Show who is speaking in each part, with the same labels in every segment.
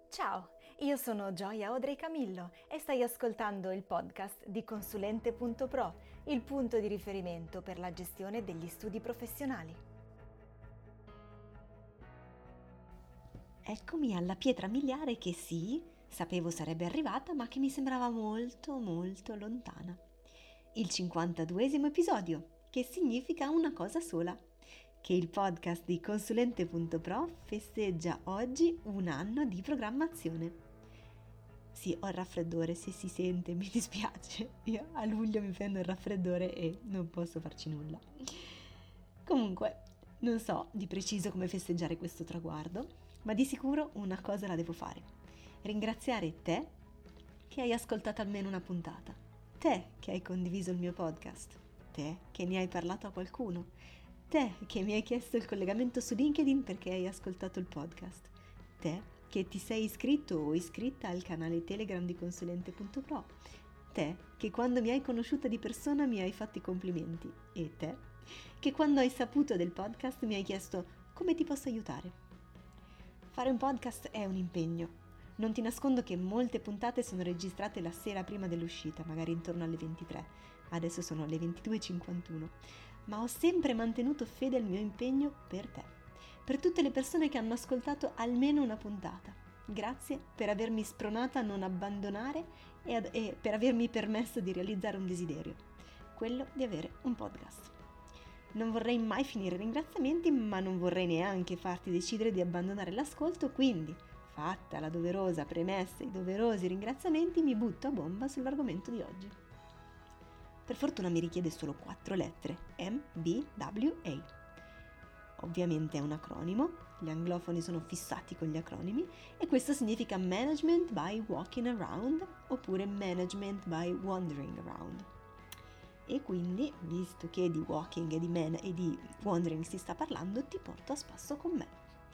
Speaker 1: Ciao, io sono Gioia Audrey Camillo e stai ascoltando il podcast di Consulente.pro, il punto di riferimento per la gestione degli studi professionali.
Speaker 2: Eccomi alla pietra miliare che sì, sapevo sarebbe arrivata, ma che mi sembrava molto lontana. Il 52esimo episodio, che significa una cosa sola, che il podcast di Consulente.pro festeggia oggi un anno di programmazione. Sì, ho il raffreddore, se si sente, mi dispiace. Io a luglio mi prendo il raffreddore e non posso farci nulla. Comunque, non so di preciso come festeggiare questo traguardo, ma di sicuro una cosa la devo fare. Ringraziare te che hai ascoltato almeno una puntata, te che hai condiviso il mio podcast, te che ne hai parlato a qualcuno, te che mi hai chiesto il collegamento su LinkedIn perché hai ascoltato il podcast, te che ti sei iscritto o iscritta al canale Telegram di Consulente.pro, te che quando mi hai conosciuta di persona mi hai fatto i complimenti e te che quando hai saputo del podcast mi hai chiesto come ti posso aiutare. Fare un podcast è un impegno. Non ti nascondo che molte puntate sono registrate la sera prima dell'uscita, magari intorno alle 23. Adesso sono le 22:51. Ma ho sempre mantenuto fede al mio impegno per te. Per tutte le persone che hanno ascoltato almeno una puntata. Grazie per avermi spronata a non abbandonare e per avermi permesso di realizzare un desiderio, quello di avere un podcast. Non vorrei mai finire i ringraziamenti, ma non vorrei neanche farti decidere di abbandonare l'ascolto, quindi, fatta la doverosa premessa e i doverosi ringraziamenti, mi butto a bomba sull'argomento di oggi. Per fortuna mi richiede solo 4 lettere, MBWA. Ovviamente è un acronimo, gli anglofoni sono fissati con gli acronimi e questo significa Management by Walking Around oppure Management by Wandering Around. E quindi, visto che di walking e di wandering si sta parlando, ti porto a spasso con me.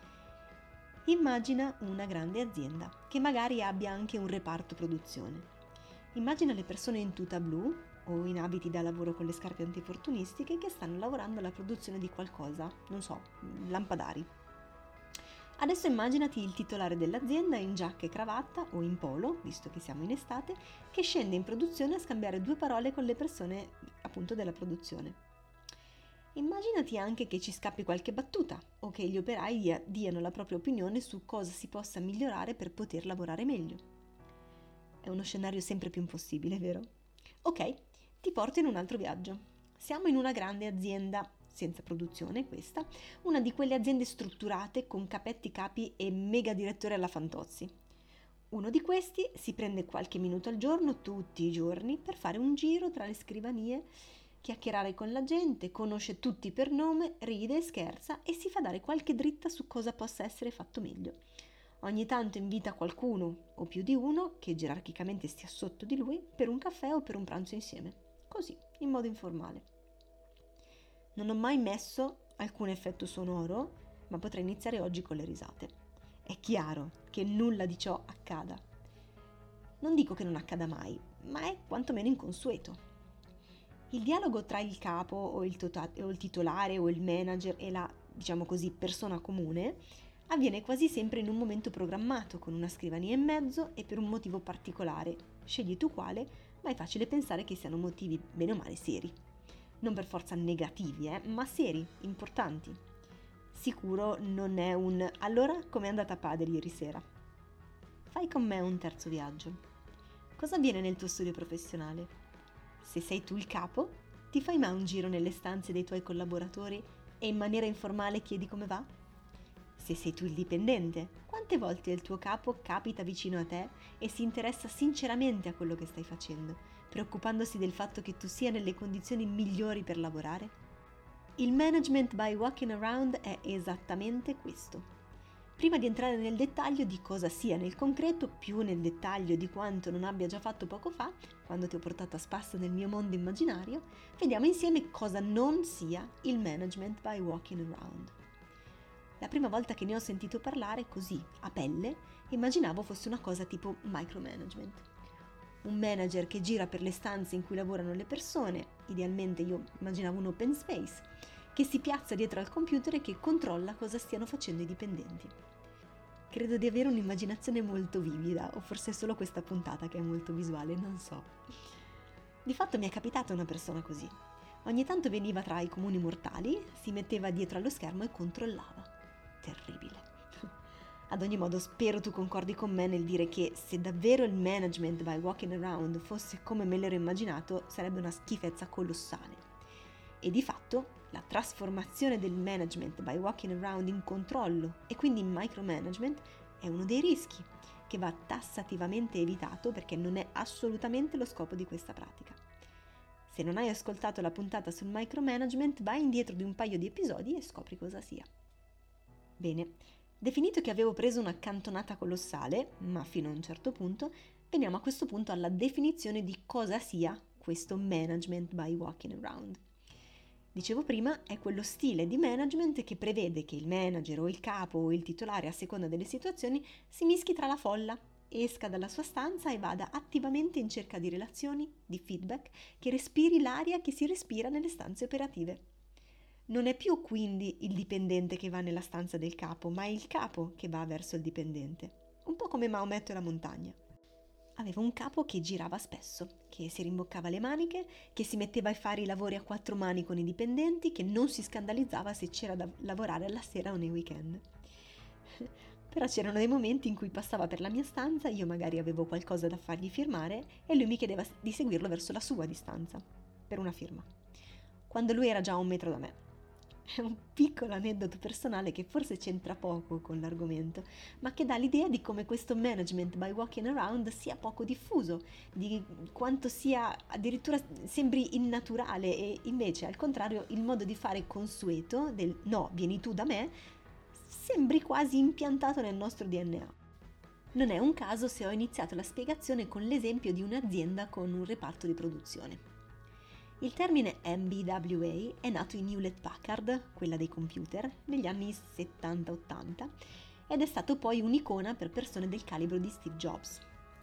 Speaker 2: Immagina una grande azienda che magari abbia anche un reparto produzione. Immagina le persone in tuta blu o in abiti da lavoro con le scarpe antinfortunistiche che stanno lavorando alla produzione di qualcosa, non so, lampadari. Adesso immaginati il titolare dell'azienda in giacca e cravatta o in polo, visto che siamo in estate, che scende in produzione a scambiare 2 parole con le persone appunto della produzione. Immaginati anche che ci scappi qualche battuta o che gli operai diano la propria opinione su cosa si possa migliorare per poter lavorare meglio. È uno scenario sempre più impossibile, vero? Ok, ti porto in un altro viaggio. Siamo in una grande azienda, senza produzione questa, una di quelle aziende strutturate con capetti capi e mega direttore alla Fantozzi. Uno di questi si prende qualche minuto al giorno, tutti i giorni, per fare un giro tra le scrivanie, chiacchierare con la gente, conosce tutti per nome, ride, scherza e si fa dare qualche dritta su cosa possa essere fatto meglio. Ogni tanto invita qualcuno, o più di uno, che gerarchicamente stia sotto di lui, per un caffè o per un pranzo insieme. Così, in modo informale. Non ho mai messo alcun effetto sonoro, ma potrei iniziare oggi con le risate. È chiaro che nulla di ciò accada. Non dico che non accada mai, ma è quantomeno inconsueto. Il dialogo tra il capo o il titolare o il manager e la, diciamo così, persona comune avviene quasi sempre in un momento programmato, con una scrivania in mezzo e per un motivo particolare. Scegli tu quale, ma è facile pensare che siano motivi bene o male seri. Non per forza negativi, ma seri, importanti. Sicuro non è un «allora com'è andata a padel ieri sera?» Fai con me un terzo viaggio. Cosa avviene nel tuo studio professionale? Se sei tu il capo, ti fai mai un giro nelle stanze dei tuoi collaboratori e in maniera informale chiedi come va? Se sei tu il dipendente, quante volte il tuo capo capita vicino a te e si interessa sinceramente a quello che stai facendo, preoccupandosi del fatto che tu sia nelle condizioni migliori per lavorare? Il management by walking around è esattamente questo. Prima di entrare nel dettaglio di cosa sia nel concreto, più nel dettaglio di quanto non abbia già fatto poco fa, quando ti ho portato a spasso nel mio mondo immaginario, vediamo insieme cosa non sia il management by walking around. La prima volta che ne ho sentito parlare così, a pelle, immaginavo fosse una cosa tipo micromanagement. Un manager che gira per le stanze in cui lavorano le persone, idealmente io immaginavo un open space, che si piazza dietro al computer e che controlla cosa stiano facendo i dipendenti. Credo di avere un'immaginazione molto vivida, o forse è solo questa puntata che è molto visuale, non so. Di fatto mi è capitata una persona così. Ogni tanto veniva tra i comuni mortali, si metteva dietro allo schermo e controllava. Terribile. Ad ogni modo, spero tu concordi con me nel dire che se davvero il management by walking around fosse come me l'ero immaginato, sarebbe una schifezza colossale. E di fatto la trasformazione del management by walking around in controllo e quindi in micromanagement è uno dei rischi che va tassativamente evitato perché non è assolutamente lo scopo di questa pratica. Se non hai ascoltato la puntata sul micromanagement, vai indietro di un paio di episodi e scopri cosa sia. Bene, definito che avevo preso una cantonata colossale, ma fino a un certo punto, veniamo a questo punto alla definizione di cosa sia questo management by walking around. Dicevo prima, è quello stile di management che prevede che il manager o il capo o il titolare, a seconda delle situazioni, si mischi tra la folla, esca dalla sua stanza e vada attivamente in cerca di relazioni, di feedback, che respiri l'aria che si respira nelle stanze operative. Non è più quindi il dipendente che va nella stanza del capo, ma è il capo che va verso il dipendente. Un po' come Maometto e la montagna. Aveva un capo che girava spesso, che si rimboccava le maniche, che si metteva a fare i lavori a 4 mani con i dipendenti, che non si scandalizzava se c'era da lavorare alla sera o nei weekend. Però c'erano dei momenti in cui passava per la mia stanza, io magari avevo qualcosa da fargli firmare e lui mi chiedeva di seguirlo verso la sua distanza, per una firma, quando lui era già a 1 metro da me. È un piccolo aneddoto personale che forse c'entra poco con l'argomento, ma che dà l'idea di come questo management by walking around sia poco diffuso, di quanto sia addirittura sembri innaturale e invece al contrario il modo di fare consueto del no, vieni tu da me, sembri quasi impiantato nel nostro DNA. Non è un caso se ho iniziato la spiegazione con l'esempio di un'azienda con un reparto di produzione. Il termine MBWA è nato in Hewlett Packard, quella dei computer, negli anni 70-80 ed è stato poi un'icona per persone del calibro di Steve Jobs.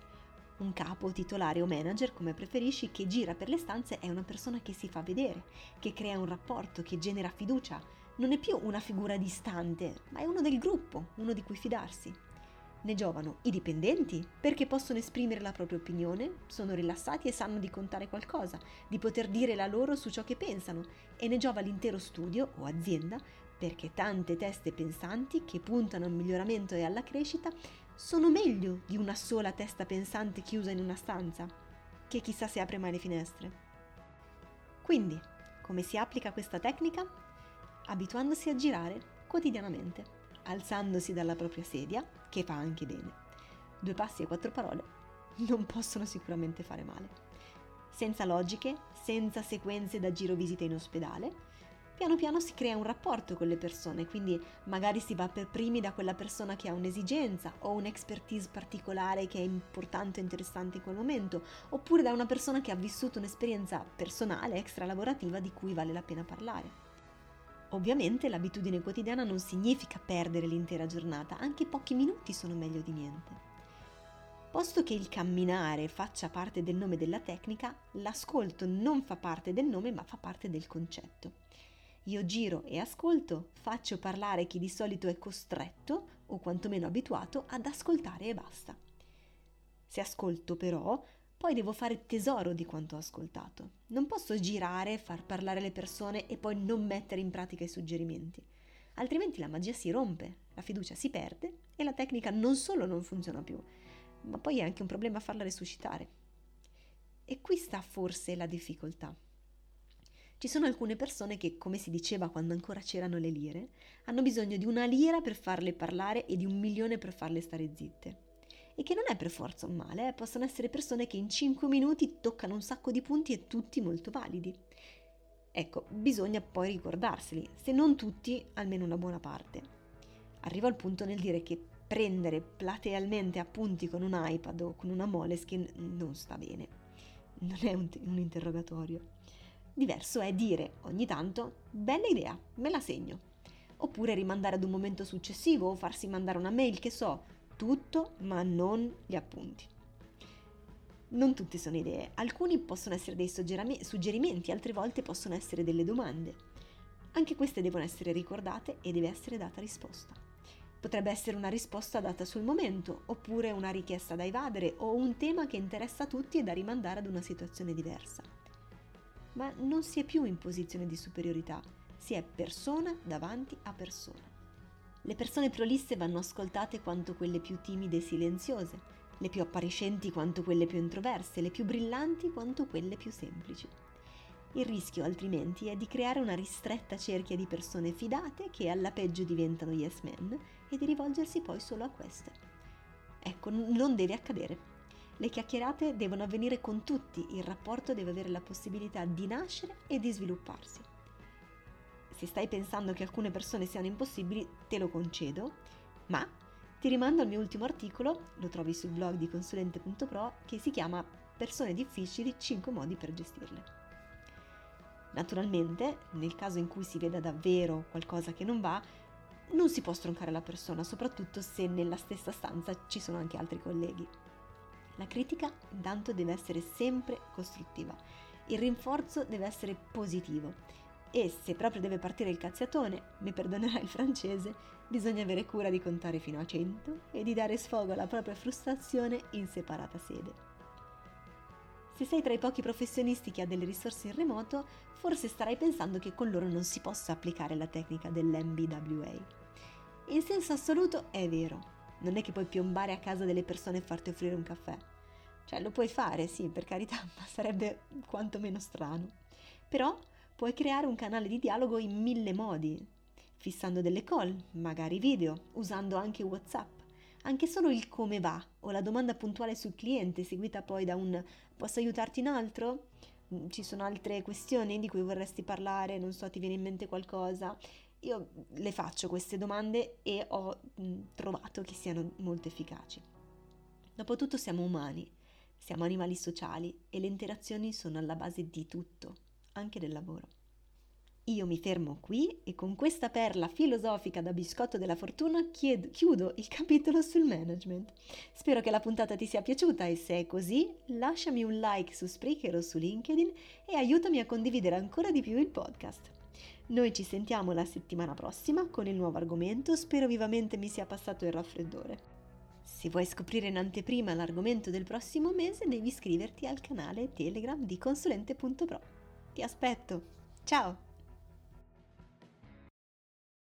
Speaker 2: Un capo, titolare o manager, come preferisci, che gira per le stanze è una persona che si fa vedere, che crea un rapporto, che genera fiducia. Non è più una figura distante, ma è uno del gruppo, uno di cui fidarsi. Ne giovano i dipendenti perché possono esprimere la propria opinione, sono rilassati e sanno di contare qualcosa, di poter dire la loro su ciò che pensano, e ne giova l'intero studio o azienda perché tante teste pensanti che puntano al miglioramento e alla crescita sono meglio di una sola testa pensante chiusa in una stanza, che chissà se apre mai le finestre. Quindi, come si applica questa tecnica? Abituandosi a girare quotidianamente, alzandosi dalla propria sedia, che fa anche bene. 2 passi e 4 parole non possono sicuramente fare male. Senza logiche, senza sequenze da girovisite in ospedale, piano piano si crea un rapporto con le persone, quindi magari si va per primi da quella persona che ha un'esigenza o un'expertise particolare che è importante e interessante in quel momento, oppure da una persona che ha vissuto un'esperienza personale, extra lavorativa di cui vale la pena parlare. Ovviamente l'abitudine quotidiana non significa perdere l'intera giornata, anche pochi minuti sono meglio di niente. Posto che il camminare faccia parte del nome della tecnica, l'ascolto non fa parte del nome ma fa parte del concetto. Io giro e ascolto, faccio parlare chi di solito è costretto o quantomeno abituato ad ascoltare e basta. Se ascolto però, poi devo fare tesoro di quanto ho ascoltato. Non posso girare, far parlare le persone e poi non mettere in pratica i suggerimenti. Altrimenti la magia si rompe, la fiducia si perde e la tecnica non solo non funziona più, ma poi è anche un problema farla resuscitare. E qui sta forse la difficoltà. Ci sono alcune persone che, come si diceva quando ancora c'erano le lire, hanno bisogno di 1 lira per farle parlare e di 1 milione per farle stare zitte. E che non è per forza un male, possono essere persone che in 5 minuti toccano un sacco di punti e tutti molto validi. Ecco, bisogna poi ricordarseli, se non tutti, almeno una buona parte. Arrivo al punto nel dire che prendere platealmente appunti con un iPad o con una Moleskine non sta bene. Non è un interrogatorio. Diverso è dire ogni tanto, bella idea, me la segno. Oppure rimandare ad un momento successivo o farsi mandare una mail, che so, tutto ma non gli appunti. Non tutte sono idee, alcuni possono essere dei suggerimenti, altre volte possono essere delle domande. Anche queste devono essere ricordate e deve essere data risposta. Potrebbe essere una risposta data sul momento, oppure una richiesta da evadere o un tema che interessa a tutti e da rimandare ad una situazione diversa. Ma non si è più in posizione di superiorità, si è persona davanti a persona. Le persone prolisse vanno ascoltate quanto quelle più timide e silenziose, le più appariscenti quanto quelle più introverse, le più brillanti quanto quelle più semplici. Il rischio altrimenti è di creare una ristretta cerchia di persone fidate che alla peggio diventano yes men e di rivolgersi poi solo a queste. Ecco, non deve accadere. Le chiacchierate devono avvenire con tutti, il rapporto deve avere la possibilità di nascere e di svilupparsi. Se stai pensando che alcune persone siano impossibili, te lo concedo, ma ti rimando al mio ultimo articolo, lo trovi sul blog di consulente.pro, che si chiama Persone difficili, 5 modi per gestirle. Naturalmente, nel caso in cui si veda davvero qualcosa che non va, non si può stroncare la persona, soprattutto se nella stessa stanza ci sono anche altri colleghi. La critica intanto deve essere sempre costruttiva, il rinforzo deve essere positivo e se proprio deve partire il cazziatone, mi perdonerai il francese, bisogna avere cura di contare fino a 100 e di dare sfogo alla propria frustrazione in separata sede. Se sei tra i pochi professionisti che ha delle risorse in remoto, forse starai pensando che con loro non si possa applicare la tecnica dell'MBWA. In senso assoluto è vero. Non è che puoi piombare a casa delle persone e farti offrire un caffè. Cioè, lo puoi fare, sì, per carità, ma sarebbe quantomeno strano. Però puoi creare un canale di dialogo in 1000 modi, fissando delle call, magari video, usando anche WhatsApp. Anche solo il come va o la domanda puntuale sul cliente, seguita poi da un posso aiutarti in altro? Ci sono altre questioni di cui vorresti parlare? Non so, ti viene in mente qualcosa? Io le faccio queste domande e ho trovato che siano molto efficaci. Dopotutto siamo umani, siamo animali sociali e le interazioni sono alla base di tutto, anche del lavoro. Io mi fermo qui e con questa perla filosofica da biscotto della fortuna chiudo il capitolo sul management. Spero che la puntata ti sia piaciuta e se è così lasciami un like su Spreaker o su LinkedIn e aiutami a condividere ancora di più il podcast. Noi ci sentiamo la settimana prossima con il nuovo argomento, spero vivamente mi sia passato il raffreddore. Se vuoi scoprire in anteprima l'argomento del prossimo mese devi iscriverti al canale Telegram di consulente.pro. Ti aspetto! Ciao!